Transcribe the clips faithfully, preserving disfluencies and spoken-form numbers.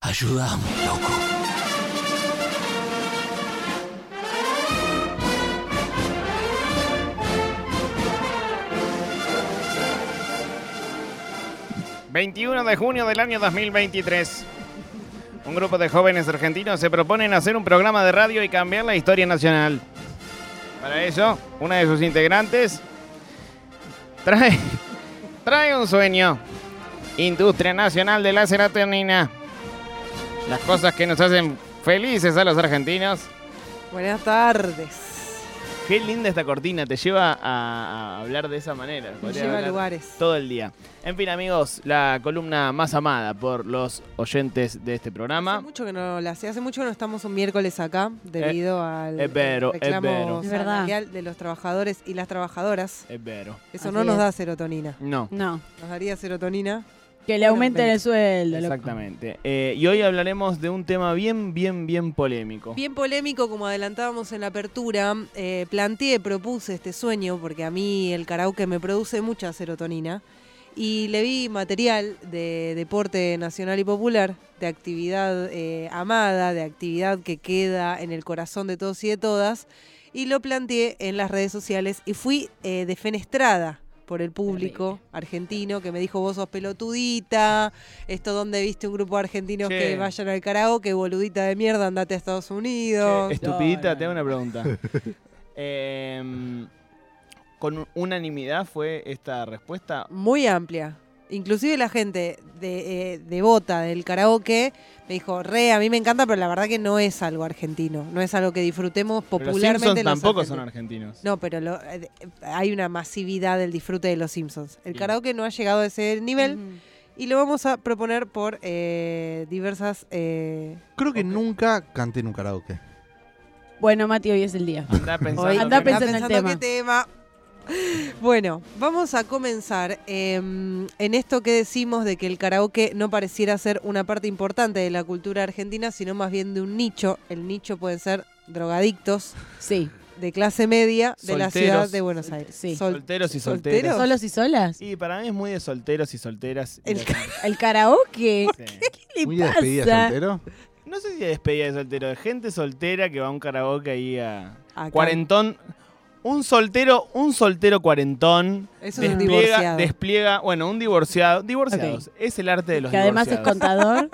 Ayudame, loco. veintiuno de junio del año dos mil veintitrés. Un grupo de jóvenes argentinos se proponen hacer un programa de radio y cambiar la historia nacional. Para ello, una de sus integrantes trae, trae un sueño. Industria Nacional de la Serotonina. Las cosas que nos hacen felices a los argentinos. Buenas tardes. Qué linda esta cortina, te lleva a, a hablar de esa manera. Me lleva a lugares. Todo el día. En fin, amigos, la columna más amada por los oyentes de este programa. Hace mucho que no la hace, hace mucho que no estamos un miércoles acá debido eh, al es vero, reclamo es salarial de los trabajadores y las trabajadoras. Es vero. Eso Así no nos es. da serotonina. No. No. Nos daría serotonina. Que le aumenten el sueldo. Exactamente. Eh, y hoy hablaremos de un tema bien, bien, bien polémico. Bien polémico, como adelantábamos en la apertura. Eh, planteé, propuse este sueño, porque a mí el karaoke me produce mucha serotonina. Y le vi material de deporte nacional y popular, de actividad eh, amada, de actividad que queda en el corazón de todos y de todas. Y lo planteé en las redes sociales y fui eh, defenestrada por el público argentino que me dijo: vos sos pelotudita, esto donde viste un grupo de argentinos Che. que vayan al karaoke, boludita de mierda, andate a Estados Unidos. Che, estupidita, No, no, te hago una pregunta. eh, ¿Con unanimidad fue esta respuesta? Muy amplia. Inclusive la gente de, eh, devota del karaoke me dijo: re, a mí me encanta, pero la verdad que no es algo argentino, no es algo que disfrutemos Pero los popularmente. Simpsons los tampoco son argentinos. argentinos. No, pero lo, eh, hay una masividad del disfrute de los Simpsons. El Bien. karaoke no ha llegado a ese nivel. Ujú. Y lo vamos a proponer por eh, diversas... Eh, Creo que Ok. nunca canté en un karaoke. Bueno, Mati, hoy es el día. Andá pensando. hoy Andá que- pensando en el tema. qué tema. Bueno, vamos a comenzar eh, en esto que decimos de que el karaoke no pareciera ser una parte importante de la cultura argentina, sino más bien de un nicho. El nicho pueden ser drogadictos Sí. de clase media de la Solteros. ciudad de Buenos Aires. Sí. Sol- Solteros y ¿Solteros? solteras. ¿Solos y solas? Y para mí es muy de solteros y solteras. El ca- ¿El karaoke? Sí. ¿Qué Muy le de despedida pasa? soltero. No sé si de despedida de soltero, de gente soltera que va a un karaoke ahí a Acá. cuarentón. Un soltero, un soltero cuarentón Eso es un despliega, divorciado. despliega, bueno, un divorciado, divorciados, es el arte de los Que además es divorciados. contador.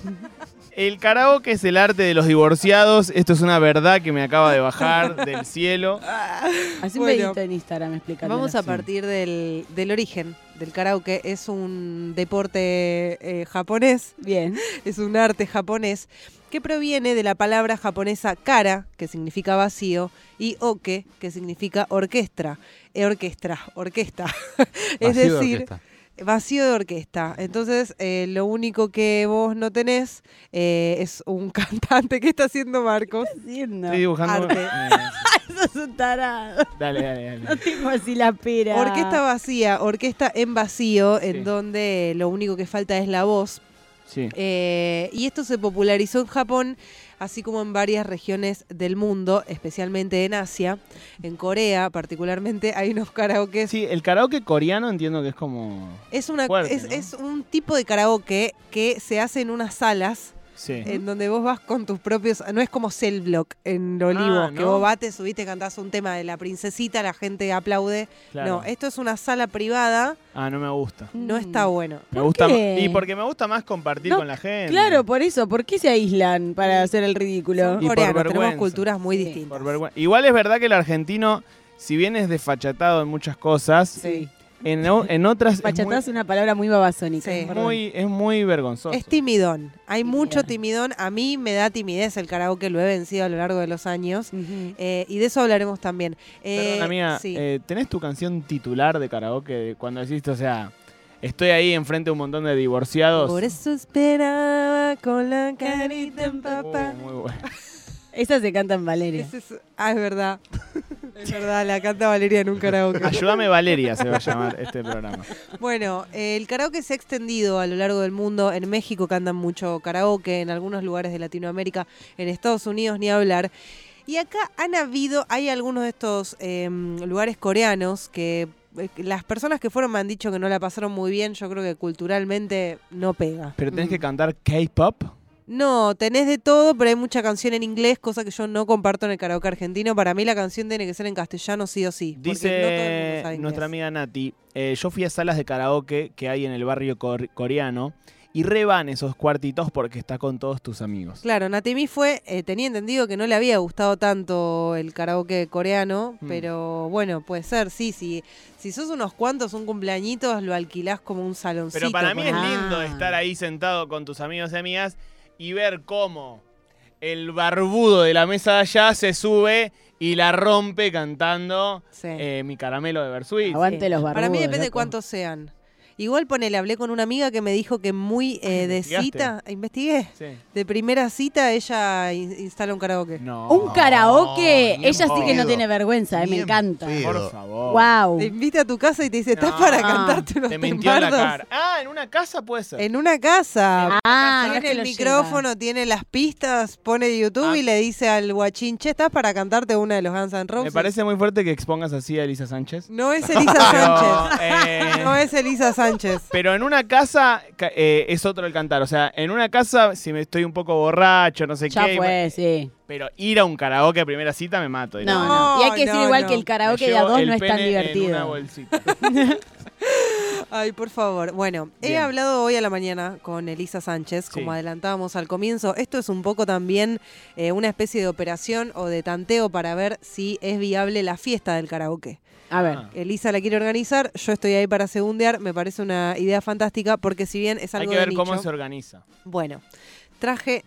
El karaoke es el arte de los divorciados, esto es una verdad que me acaba de bajar del cielo. Así me Bueno, edito en Instagram explicando. Vamos a partir del, del origen del karaoke. Es un deporte eh, japonés, Bien. es un arte japonés que proviene de la palabra japonesa kara, que significa vacío, y oke, que significa orquestra. Eh, orquestra, orquesta. es Vacío de decir, orquesta. vacío de orquesta. Entonces, eh, lo único que vos no tenés eh, es un cantante que está haciendo Marcos. Haciendo. Estoy dibujando. Arte. eh, Eso es un tarado. dale, dale, dale. No tengo así la pera. Orquesta vacía, orquesta en vacío, Sí. en donde lo único que falta es la voz. Sí. Eh, y esto se popularizó en Japón, así como en varias regiones del mundo, especialmente en Asia. En Corea, particularmente, hay unos karaokes. Sí, el karaoke coreano entiendo que es como... Es, una, Fuerte, es, ¿no? es un tipo de karaoke que se hace en unas salas. Sí. En donde vos vas con tus propios... No es como Cell Block en Lo Olivo, Ah, que ¿no? vos vas, te subiste, cantás un tema de la princesita, la gente aplaude. Claro. No, esto es una sala privada, Ah, no me gusta. no está bueno. Me ¿Por gusta qué? ma- y porque me gusta más compartir No, con la gente. Claro, por eso. ¿Por qué se aíslan para hacer el ridículo? Y por Coreanos, tenemos vergüenza. culturas muy Sí. distintas. Por vergüenza. Igual es verdad que el argentino, si bien es desfachatado en muchas cosas, Sí. en, o- en otras es Bachatá muy, es una palabra muy babasónica. Sí. perdón. muy- es muy vergonzoso. Es timidón. Hay Timidón. mucho timidón. A mí me da timidez el karaoke, lo he vencido a lo largo de los años. Ujú. Eh, y de eso hablaremos también. Eh, Perdón, amiga, sí. eh, ¿tenés tu canción titular de karaoke de cuando decís, o sea, estoy ahí enfrente de un montón de divorciados? Por eso esperaba con la carita en Uh, papá. muy bueno. Esa se canta en Valeria. Ese es, ah, es verdad. Es verdad, la canta Valeria en un karaoke. Ayúdame Valeria se va a llamar este programa. Bueno, eh, el karaoke se ha extendido a lo largo del mundo. En México cantan mucho karaoke, en algunos lugares de Latinoamérica, en Estados Unidos ni hablar. Y acá han habido, hay algunos de estos eh, lugares coreanos que eh, las personas que fueron me han dicho que no la pasaron muy bien. Yo creo que culturalmente no pega. Pero tenés que cantar K-pop. No, tenés de todo, pero hay mucha canción en inglés, cosa que yo no comparto en el karaoke argentino. Para mí la canción tiene que ser en castellano sí o sí. porque no todo el mundo Dice sabe nuestra inglés. amiga Nati, eh, yo fui a salas de karaoke que hay en el barrio cor- coreano y re van esos cuartitos porque está con todos tus amigos. Claro, Natimi fue, eh, tenía entendido que no le había gustado tanto el karaoke coreano, Mm. pero bueno, puede ser, sí, sí. Si sos unos cuantos, un cumpleañitos, lo alquilás como un saloncito. Pero para mí es ponele. lindo Ah. estar ahí sentado con tus amigos y amigas y ver cómo el barbudo de la mesa de allá se sube y la rompe cantando Sí. eh, Mi Caramelo de Bersuit. Aguante los barbudos. Para mí depende de loco. cuántos sean. Igual ponele, hablé con una amiga que me dijo que muy eh, de ¿investigaste? cita, investigué, Sí. de primera cita ella in- instala un karaoke. No. Un karaoke, No, ni ella en sí que no pedo. tiene vergüenza, eh, Ni me en encanta. pedo. Por favor. Wow. Te invita a tu casa y te dice, ¿estás No. para Ah. cantarte unos Te mintió en la temardos? cara. Ah, en una casa puede ser. En una casa. Ah, no es tiene que el lo micrófono, tiene las pistas, pone YouTube Ah. y le dice al guachín, che, ¿estás para cantarte una de los Guns N' Roses? Me parece muy fuerte que expongas así a Elisa Sánchez. No es Elisa Sánchez. Pero, eh, No es Elisa Sánchez. pero en una casa ca- eh, es otro el cantar. O sea, en una casa, si me estoy un poco borracho, no sé Ya qué. fue, sí. Pero ir a un karaoke a primera cita me mato. No, directamente. no. Y hay que No, decir igual no. que el Me karaoke de a llevo dos el no es tan pene en una divertido. bolsita. Ay, por favor. Bueno, he Bien. hablado hoy a la mañana con Elisa Sánchez, como Sí. adelantábamos al comienzo. Esto es un poco también eh, una especie de operación o de tanteo para ver si es viable la fiesta del karaoke. A ver. Ah. Elisa la quiere organizar, yo estoy ahí para segundear, me parece una idea fantástica porque si bien es Hay algo que ver de cómo nicho, se organiza. bueno, traje...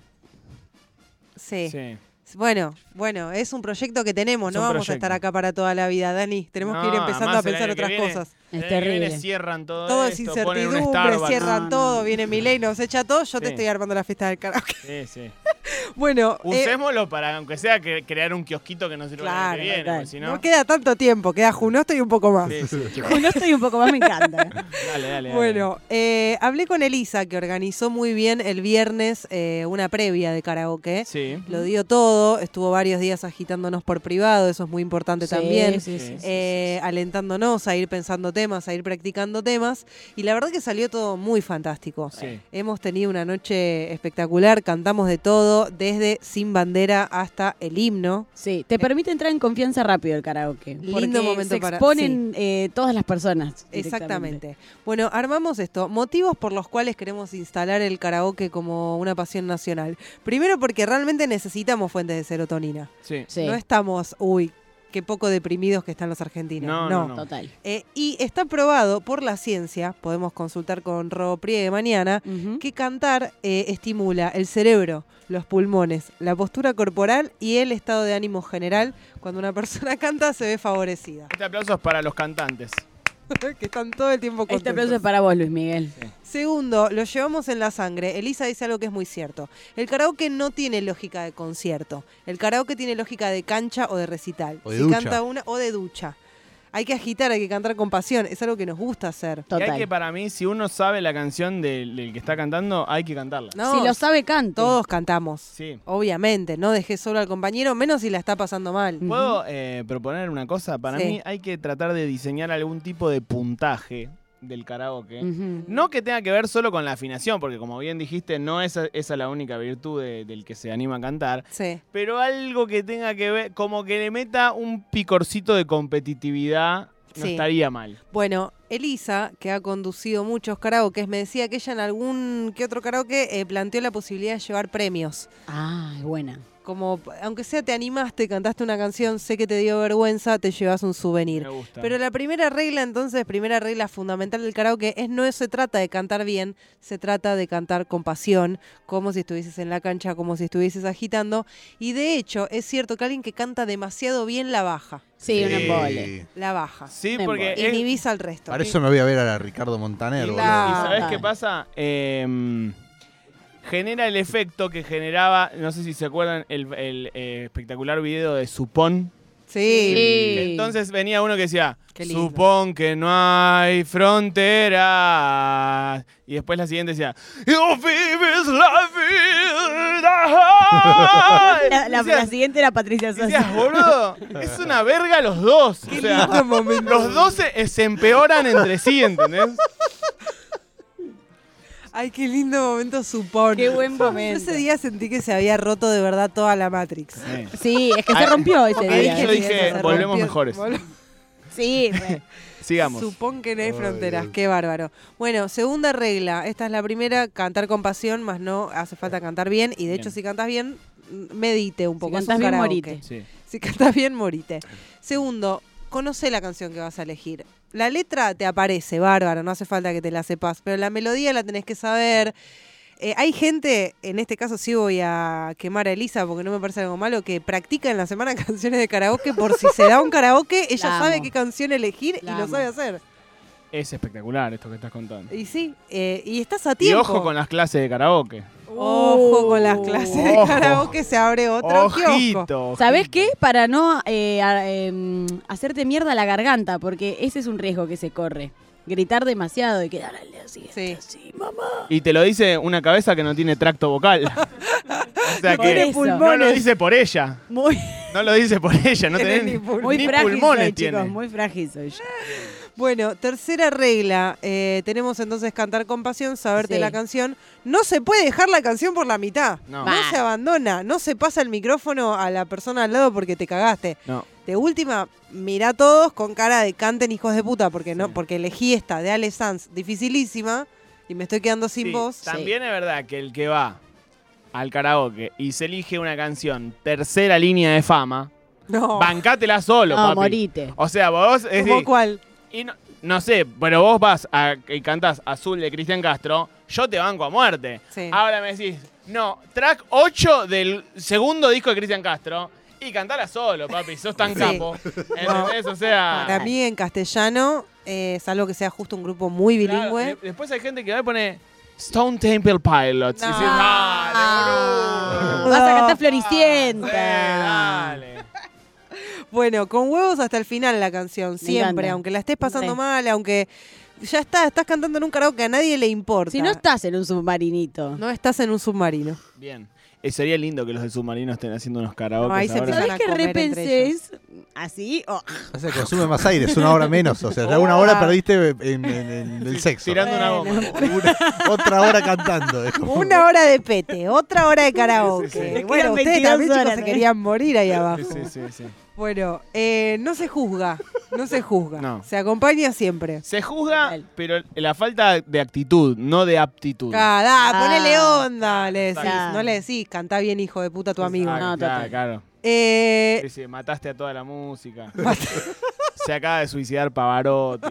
Sí. Sí. Bueno, bueno, es un proyecto que tenemos, Es no un vamos a proyecto. estar acá para toda la vida, Dani. Tenemos que ir No, empezando además a el pensar año que otras viene- cosas. el Es año que viene terrible. cierran todo, Todo es esto, ponen un incertidumbre, Starbucks. cierran No, todo, no. viene Milei, nos echa todo, yo te Sí. estoy armando la fiesta del karaoke. Sí, sí. Bueno, eh, Usémoslo para, aunque sea, que, crear un kiosquito que no sirva el año Claro, que viene, total. porque si no no... queda tanto tiempo, queda Junosto y un poco más. Sí, sí. No estoy un poco más, me encanta. Dale, dale, dale. Bueno, eh, hablé con Elisa, que organizó muy bien el viernes eh, una previa de karaoke. Sí. Lo dio todo, estuvo varios días agitándonos por privado, eso es muy importante Sí, también. sí, sí, sí, eh, alentándonos a ir pensando temas, a ir practicando temas. Y la verdad que salió todo muy fantástico. Sí. Hemos tenido una noche espectacular, cantamos de todo, desde Sin Bandera hasta el himno. Sí, te permite entrar en confianza rápido el karaoke. Lindo porque momento se para- exponen eh, todas las personas. directamente. Exactamente. Bueno, armamos esto. Motivos por los cuales queremos instalar el karaoke como una pasión nacional. Primero porque realmente necesitamos fuentes de serotonina. Sí. Sí, No estamos, uy, qué poco deprimidos que están los argentinos. No, no, no. total. Eh, y está probado por la ciencia, podemos consultar con Ro Priegue mañana, Ujú. que cantar eh, estimula el cerebro, los pulmones, la postura corporal y el estado de ánimo general. Cuando una persona canta se ve favorecida. Este aplauso es para los cantantes. Que están todo el tiempo contentos. Este aplauso es para vos, Luis Miguel. Segundo, lo llevamos en la sangre. Elisa dice algo que es muy cierto. El karaoke no tiene lógica de concierto. El karaoke tiene lógica de cancha o de recital. O de si ducha. canta una o de ducha. Hay que agitar, hay que cantar con pasión. Es algo que nos gusta hacer. Y Total. hay que, para mí, si uno sabe la canción del, del que está cantando, hay que cantarla. No, Si lo sabe, cante. todos cantamos. Sí. Obviamente, no dejé solo al compañero, menos si la está pasando mal. ¿Puedo eh, proponer una cosa? Para Sí. mí hay que tratar de diseñar algún tipo de puntaje del karaoke. Ujú. No que tenga que ver solo con la afinación, porque como bien dijiste, no es esa la única virtud de- del que se anima a cantar, Sí. pero algo que tenga que ver, como que le meta un picorcito de competitividad, no Sí. estaría mal. Bueno, Elisa, que ha conducido muchos karaokes, me decía que ella en algún que otro karaoke eh, planteó la posibilidad de llevar premios. Ah, es buena. Como, aunque sea te animaste, cantaste una canción, sé que te dio vergüenza, te llevas un souvenir. Me gusta. Pero la primera regla, entonces, primera regla fundamental del karaoke es no se trata de cantar bien, se trata de cantar con pasión, como si estuvieses en la cancha, como si estuvieses agitando. Y de hecho, es cierto que alguien que canta demasiado bien la baja. Sí, un embole. La baja. Sí, Me porque embole. es- Inhibís al resto. Para eso me voy a ver a Ricardo Montaner, Y, boludo. Claro. y ¿sabés Ah. qué pasa? Eh, genera el efecto que generaba, no sé si se acuerdan, el, el, eh, espectacular video de Supón. Sí. Sí. Entonces venía uno que decía, Qué lindo. supón que no hay fronteras. Y después la siguiente decía, "You vives la vida". La, la- Decías- la siguiente era Patricia Sosa. decías, boludo, es una verga los dos. Qué O sea, lindo momento. los dos se, se empeoran entre sí, ¿entendés? Ay, qué lindo momento supón. Qué buen Yo momento. ese día sentí que se había roto de verdad toda la Matrix. Sí. Sí, es que se Ah, rompió ese porque día. yo Sí, dije, se volvemos rompió. mejores. Vol- Sí, re. Sigamos. Supón que no hay Ay, fronteras, Dios. qué bárbaro. Bueno, segunda regla, esta es la primera, cantar con pasión, más no hace falta cantar bien, y de hecho Bien. si cantas bien, medite un Si poco. es cantás un bien, karaoke. morite. Sí. Si cantas bien, morite. Segundo, conoce la canción que vas a elegir. La letra te aparece, bárbaro, no hace falta que te la sepas, pero la melodía la tenés que saber. Eh, hay gente, en este caso sí voy a quemar a Elisa porque no me parece algo malo, que practica en la semana canciones de karaoke por si se da un karaoke, ella La sabe amo. qué canción elegir La y lo amo. sabe hacer. Es espectacular esto que estás contando. Y sí, eh, y estás a Y tiempo. ojo con las clases de karaoke. Ojo con las clases de Ojo. karaoke, se abre otro kiosco. Ojito. ¿Sabés ojito. qué? Para no eh, a- em, hacerte mierda la garganta, porque ese es un riesgo que se corre. Gritar demasiado y quedar al día siguiente Sí. así, mamá. Y te lo dice una cabeza que no tiene tracto vocal. O sea Por que eso. no lo dice por ella. Muy, No lo dice por ella. No Tiene tenés ni ni, pulmón. muy ni frágil pulmones soy, tiene. chicos, muy frágil soy yo. Bueno, tercera regla. eh, tenemos entonces cantar con pasión, saberte Sí. la canción. No se puede dejar la canción por la mitad. No. No Bah. se abandona. No se pasa el micrófono a la persona al lado porque te cagaste. No. De última, mirá todos con cara de canten hijos de puta porque no, Sí. porque elegí esta de Ale Sanz, dificilísima, y me estoy quedando sin Sí, voz. También es verdad que el que va al karaoke y se elige una canción tercera línea de fama, No. bancátela solo, No, papi. morite. O sea, vos es ¿Cómo decir, cuál? y no, no sé, pero vos vas a, y cantás Azul de Cristian Castro, yo te banco a muerte. Sí. Ahora me decís, no, track ocho del segundo disco de Cristian Castro y cantala solo, papi, sos tan Sí. capo. ¿Entendés? O sea, Para mí en castellano, eh, salvo que sea justo un grupo muy claro, bilingüe. de- después hay gente que va y pone Stone Temple Pilots. Y No. decís, dale, boludo. Vas a cantar Sí, Floricienta. dale. Bueno, con huevos hasta el final la canción, siempre, encanta. aunque la estés pasando Re. mal, aunque ya está, estás cantando en un karaoke, a nadie le importa. Si no estás en un submarinito. No estás en un submarino. Bien. Eh, sería lindo que los del submarino estén haciendo unos karaoke. No, ahí se empiezan ¿Sabés a que comer entre repensés así? Oh, O sea, consume más aire, es una hora menos. O sea, ya una hora perdiste en, en- en el sexo. Tirando una Bueno. bomba. Una- otra hora cantando. Es como- Una hora de pete, otra hora de karaoke. Sí, sí, sí. Le Bueno, quedan ustedes veintidós también, chicos, horas, se ¿eh? querían morir ahí abajo. Sí, sí, sí. Bueno, eh, no se juzga, no se juzga. No. Se acompaña siempre. Se juzga, Total. pero la falta de actitud, no de aptitud. Cada, Ah. ponele onda, le decís. Claro. No le decís, cantá bien, hijo de puta, tu amigo. Ah, No, claro, total. claro. Eh, Sí, sí, mataste a toda la música. Se acaba de suicidar Pavarotti.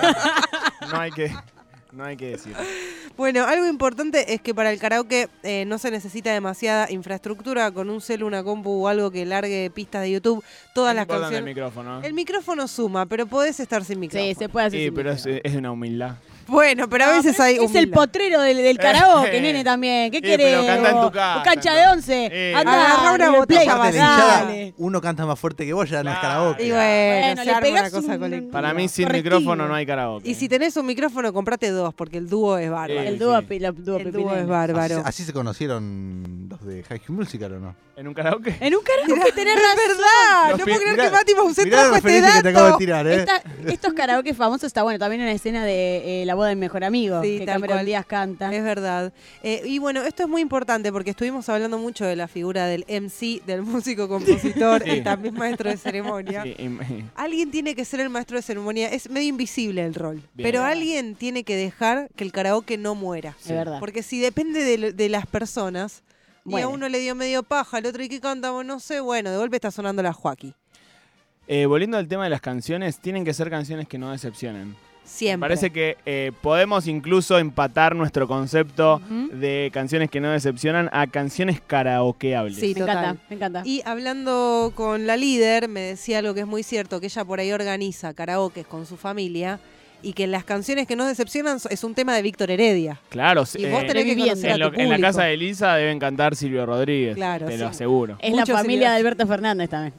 No hay que, no hay que decir. Bueno, algo importante es que para el karaoke eh, no se necesita demasiada infraestructura. Con un celu, una compu o algo que largue pistas de YouTube, todas Es las importante canciones. el micrófono. El micrófono suma, pero podés estar sin micrófono. sí, se puede hacer. Sí, sin pero es, micrófono. es de una humildad. Bueno, pero a veces No, hay es el humildad. potrero del, del karaoke, nene, también. ¿Qué Sí, querés? pero canta en tu vos? casa, Cancha entonces. de once. Eh, Andá, agarrá una en el botella play. Aparte de la vacía. hinchada, Dale. uno canta más fuerte que vos, ya no es Claro. karaoke. Y bueno, Bueno, se le arma pegás una cosa un- colectiva. Para mí, sin Correctivo. micrófono no hay karaoke. Y si tenés un micrófono, comprate dos, porque el dúo es bárbaro. Eh, El dúo, sí. pi- la- dúo el dúo Pepinela. es Así, bárbaro. así se conocieron los de High School Musical, ¿o no? ¿En un karaoke? En un karaoke tenés Es razón. verdad, Los no pi- puedo creer mirá- que Mati Mausset Mirá la trajo este referencia que te acabo de dato. tirar, ¿eh? Esta- estos karaoke famosos está bueno. También una escena de eh, La boda de mi mejor amigo. Sí, que tal Cameron cual. Díaz canta. Es verdad. Eh, y bueno, esto es muy importante porque estuvimos hablando mucho de la figura del M C, del músico compositor Sí. y también maestro de ceremonia. Sí, y- Alguien tiene que ser el maestro de ceremonia. Es medio invisible el rol. Bien. Pero Verdad. alguien tiene que dejar que el karaoke no muera. Es verdad. Porque si depende de, lo- de las personas, y Bueno. a uno le dio medio paja, al otro y que canta, bueno, no sé, bueno, de golpe está sonando la Joaquín. Eh, volviendo al tema de las canciones, tienen que ser canciones que no decepcionen. Siempre. Me parece que eh, podemos incluso empatar nuestro concepto Ujú. de canciones que no decepcionan a canciones karaokeables. Sí. Me total. encanta, me encanta. Y hablando con la líder, me decía algo que es muy cierto, que ella por ahí organiza karaokes con su familia y que las canciones que no decepcionan so- es un tema de Víctor Heredia. Claro, Y eh, vos tenés que Reviviendo. conocer a en, tu lo- en la público. casa de Elisa deben cantar Silvio Rodríguez. Claro, te sí. lo aseguro. Es la muchos familia silbidos. de Alberto Fernández también.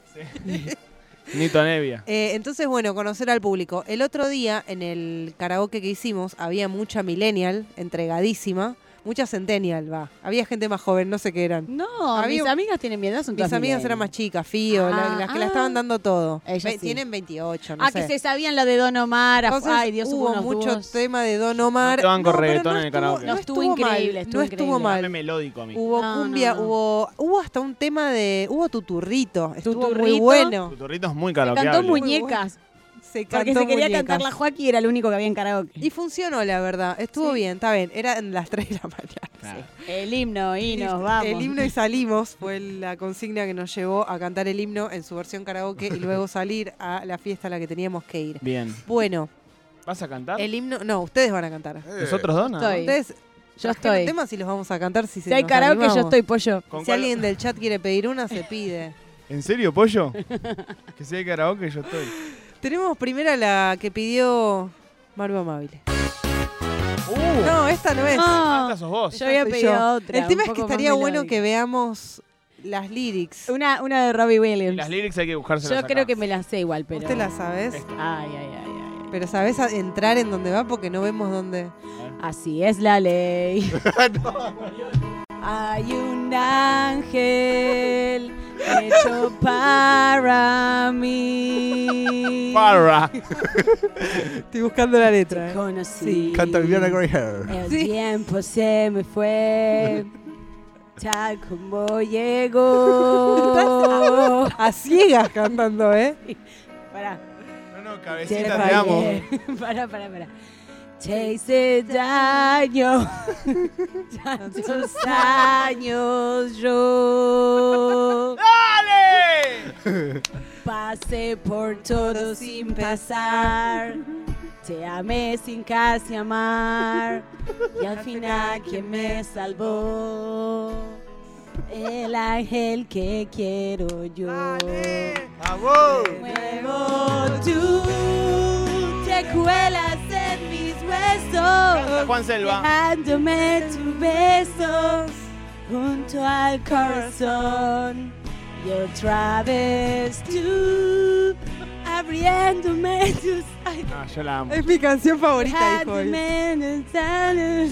Nito Nevia. Eh, entonces, bueno, conocer al público. El otro día, en el karaoke que hicimos, había mucha millennial, entregadísima, Mucha centennial, va. Había gente más joven, no sé qué eran. No, Había- mis amigas tienen mi edad, son Mis todas amigas eran más chicas, Fío, la- Ah, las que la ah. estaban dando todo. Ellas Ve- sí. Tienen veintiocho, no Ah, sé. que se sabían la de Don Omar. af- Entonces, Ay, Dios, hubo hubo unos mucho dúos. tema de Don Omar. No te banco pero reggaetón en el estuvo- karaoke. No No, estuvo, estuvo mal, increíble, estuvo no estuvo increíble. mal. Dame melódico a mí. Hubo No, cumbia, no. hubo hubo hasta un tema de... Hubo tuturrito, estuvo muy Tuturrito. bueno. Tu turrito es muy Cantó karaokeable. muñecas. Se Porque cantó se quería muñecas. cantar la Joaquín y era el único que había en karaoke. Y funcionó, la verdad. Estuvo Sí. bien, está bien. Eran las tres de la mañana. Claro. El himno, y nos El- vamos. El himno y salimos fue la consigna que nos llevó a cantar el himno en su versión karaoke y luego salir a la fiesta a la que teníamos que ir. Bien. Bueno, ¿Vas a cantar? el himno... No, ustedes van a cantar. Eh, ¿Nosotros dos? No. Estoy. Ustedes Yo trajeron estoy. temas y los vamos a cantar si se Si hay nos karaoke, yo animamos. estoy pollo. ¿Con Si cuál- alguien del chat quiere pedir una, se pide. ¿En serio, pollo? Que si hay karaoke, yo estoy. Tenemos primero la que pidió Maru Amable. Uh, No, esta no es. ah, No, esta sos vos. yo había Soy pedido yo. otra. El tema un es que poco más estaría bueno melódica. que veamos las lyrics. Una, una de Robbie Williams. Las lyrics hay que buscárselas Yo acá. creo que me las sé igual, pero. ¿Usted la sabes? Esta. Ay, ay, ay, ay. Pero ¿sabes a- entrar en donde va? Porque no vemos dónde. Así es la ley. Hay un ángel hecho para mí. Para. Estoy buscando la letra. Te ¿eh? conocí. Canta Viviana Greyhair. El Sí. tiempo se me fue. Tal como llegó. A ciegas cantando, ¿eh? Pará. No, no, Te cabecita, te amo. fallé. Pará, pará, pará. Te hice daño. Tantos años yo. ¡Dale! Pasé por todo sin pasar. Te amé sin casi amar. Y al final, ¿quién me salvó? El ángel que quiero yo. ¡Vamos! Luego tú te cuelas en mis huesos, Juan Selva. dejándome tus besos junto al corazón. Y otra vez tú abriéndome tus ay, No, yo la amo. Es mi canción favorita, dijo él. dejándome en el sano.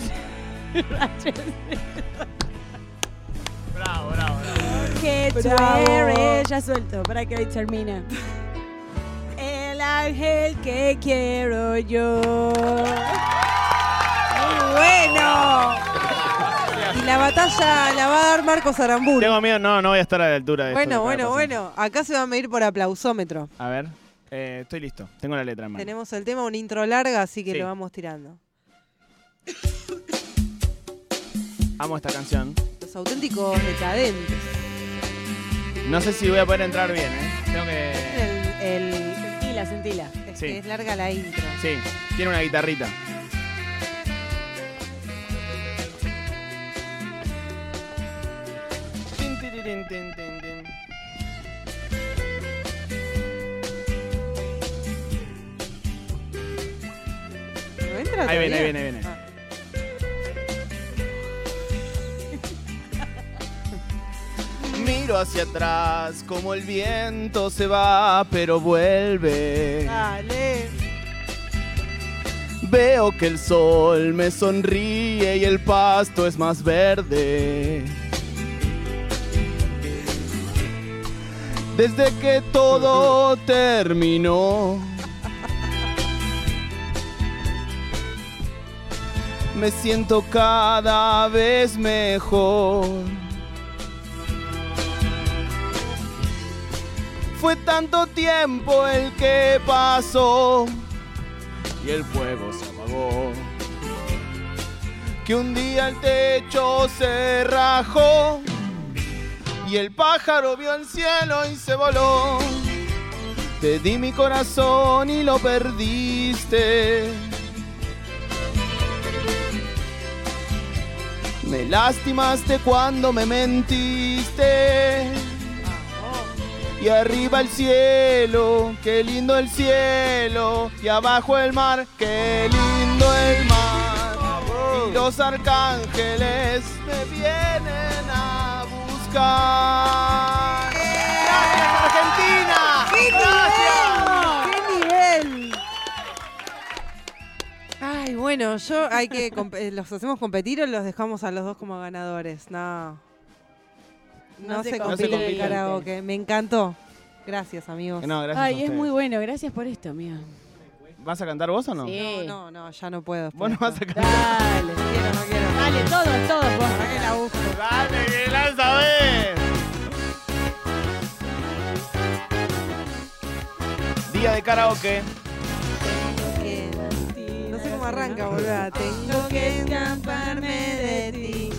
Bravo, bravo, bravo. Que tú Bravo. eres, ya suelto, para que hoy termine. El ángel que quiero yo. ¡Muy bueno! Y la batalla la va a dar Marcos Aramburu. Tengo miedo, no, no voy a estar a la altura de esto Bueno, que bueno, está pasando. bueno. Acá se va a medir por aplausómetro. A ver, eh, estoy listo. Tengo la letra en mano. Tenemos el tema, una intro larga, así que Sí. lo vamos tirando. Amo esta canción. Los auténticos decadentes. No sé si voy a poder entrar bien, ¿eh? Tengo que... El, el- Sentila, sentila. es, Sí. que es larga la intro. Sí, tiene una guitarrita. Tin, tirirín, tin, tin, tin. ¿No entra Ahí viene, todavía? ahí viene, ahí viene. Ah. Miro hacia atrás como el viento se va, pero vuelve. Dale. Veo que el sol me sonríe y el pasto es más verde. Desde que todo terminó, me siento cada vez mejor. Fue tanto tiempo el que pasó y el fuego se apagó, que un día el techo se rajó y el pájaro vio el cielo y se voló. Te di mi corazón y lo perdiste. Me lastimaste cuando me mentiste. Y arriba el cielo, qué lindo el cielo. Y abajo el mar, qué lindo el mar. Y los arcángeles me vienen a buscar. ¡Gracias, Argentina! ¡Gracias! ¡Qué nivel! Ay, bueno. Bueno, yo hay que... comp- ¿Los hacemos competir o los dejamos a los dos como ganadores? No. No, No se se compite en compite. el karaoke. Me encantó. Gracias, amigos. No, gracias a Ay, es ustedes. muy bueno. Gracias por esto, amiga. ¿Vas a cantar vos o no? Sí. No, no, no, ya no puedo. Vos no vas a cantar. Dale. quiero, no quiero. Dale, todos, todos vos. ¿Para qué la busco? ¡Dale, que la sabés! Día de karaoke. No sé cómo arranca, boluda. Tengo que escaparme de ti.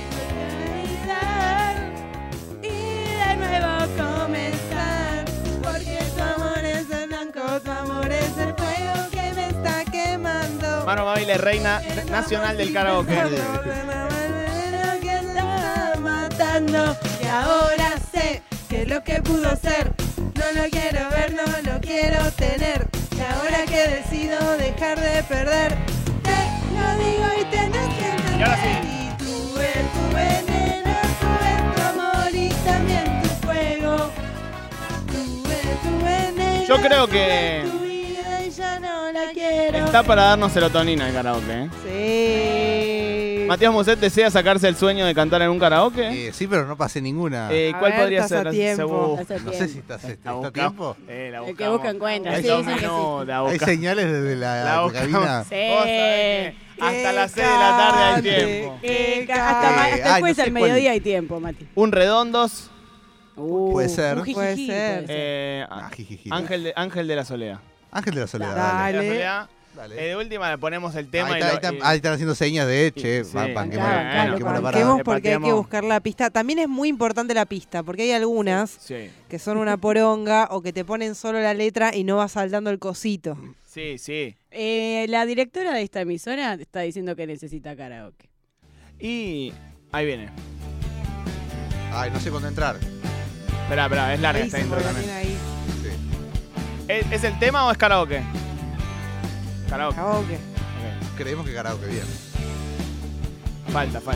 Y de nuevo comenzar. Porque tu amor es el blanco, tu amor es el fuego que me está quemando. Mano Mabile, reina nacional del karaoke. Que está matando. Y ahora sé que lo que pudo ser no lo quiero ver, no lo quiero tener. Y ahora que decido dejar de perder, te lo digo y tenés que entender. Y ahora sí. Y tuve tu veneno, tuve tu amor y también tu fuego. Tuve tu veneno. Yo creo que tuve tu vida y ya no la quiero. está para darnos serotonina el karaoke, ¿eh? Sí. Matías Muset desea sacarse el sueño de cantar en un karaoke. Eh, sí, pero no pasé ninguna. Eh, A ¿Cuál ver, podría estás ser? a Se tiempo. busca. Hace No sé tiempo. si estás, La ¿está a buscamos. tiempo. Eh, la El que buscamos. busca encuentra. Hay Sí, dos dicen que sí. No, la Hay buscamos. señales desde la, La buscamos. cabina. Sí. Vos sabés que hasta las seis de la tarde hay tiempo. Que ca- Eh, hasta, ma- hasta ay, después no sé al cuál. mediodía hay tiempo, Mati. Un redondos. Uh, Puede ser. un jijiji, Puede puede ser. ser. eh, Ah, jijiji. Ángel, de, Ángel de la Soledad. Ángel de la Soledad. Dale. Dale. De la Soledad. Dale. Eh, de última le ponemos el tema ahí, y está, lo- ahí, está- y- ahí están haciendo señas de, che, Sí. van, banquemos Bancá, la- bancá, banquemos la lo parada. Banquemos Le porque hay que pateamos. buscar la pista. También es muy importante la pista, porque hay algunas Sí, que son una poronga o que te ponen solo la letra y no va saltando el cosito. sí, sí. Eh, la directora de esta emisora está diciendo que necesita karaoke. Y ahí viene. Ay, no sé cuándo entrar. Esperá, esperá, es larga esta Buenísimo, intro la también. tiene ahí. Sí. ¿Es, es el tema o es karaoke? Karaoke. Karaoke. Ok. Creemos que karaoke bien. Falta, falta.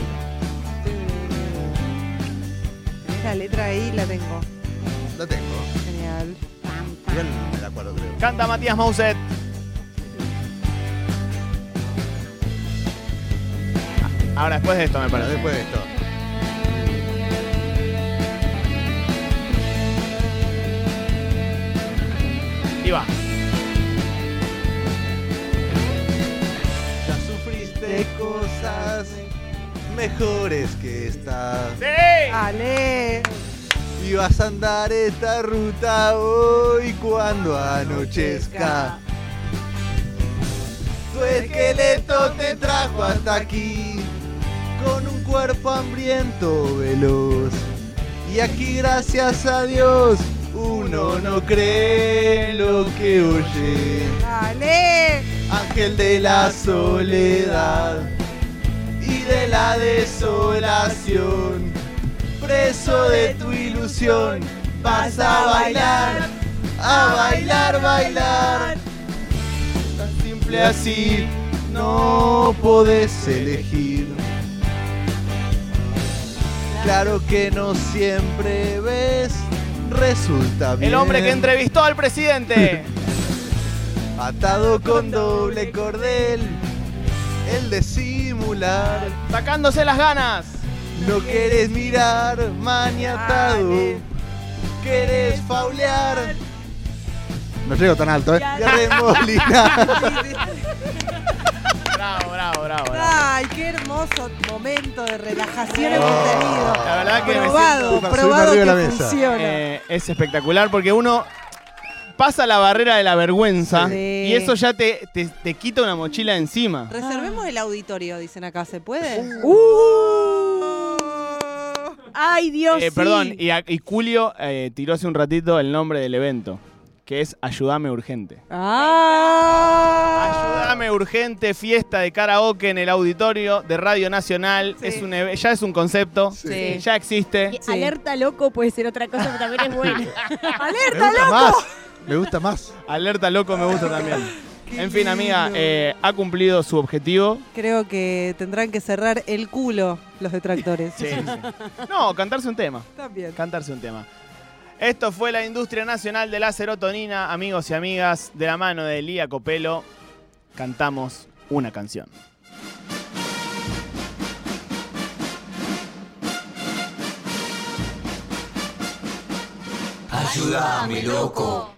¿Tenés la letra ahí? La tengo. La tengo. Genial. Igual me la acuerdo, creo. Canta Matías Mouset. Ahora, después de esto, me Bueno, parece. después de esto. Y va. Ya sufriste cosas mejores que esta. ¡Sí! Ale. Y vas a andar esta ruta hoy cuando anochezca. Tu esqueleto te trajo hasta aquí con un cuerpo hambriento, veloz. Y aquí, gracias a Dios, uno no cree lo que oye. Ale. Ángel de la soledad y de la desolación, preso de tu ilusión, vas a bailar, a bailar, bailar. Tan simple así, no podés elegir. Claro que no siempre ves, resulta bien. El hombre que entrevistó al presidente. Atado con doble cordel, el de simular. Sacándose las ganas. No querés mirar, maniatado. Dale. Querés faulear. No llego tan alto, ¿eh? Y a remolinar. Bravo, bravo, bravo. bravo. Ay, qué hermoso momento de relajación Oh. hemos tenido. La verdad que me Probado, siento- probado Subirme arriba que de la mesa. funciona. Eh, es espectacular porque uno pasa la barrera de la vergüenza Sí. y eso ya te, te, te quita una mochila encima. Reservemos el auditorio, dicen acá, ¿se puede? Uh. ¡Ay, Dios! Eh, sí. perdón, y, a- y Julio eh, tiró hace un ratito el nombre del evento, que es Ayúdame Urgente. ¡Ah! Ayúdame Urgente, fiesta de karaoke en el auditorio de Radio Nacional. Sí. Es un, eve- ya es un concepto, Sí. ya existe. Y Sí. Alerta loco puede ser otra cosa, pero también es bueno. Me gusta más. Me gusta más. Alerta loco me gusta también. Qué En fin, amiga, lindo. eh, ha cumplido su objetivo. Creo que tendrán que cerrar el culo los detractores. Sí, sí. No, cantarse un tema. También. Cantarse un tema. Esto fue la Industria Nacional de la Serotonina, amigos y amigas, de la mano de Lía Copelo. Cantamos una canción. Ayúdame, loco.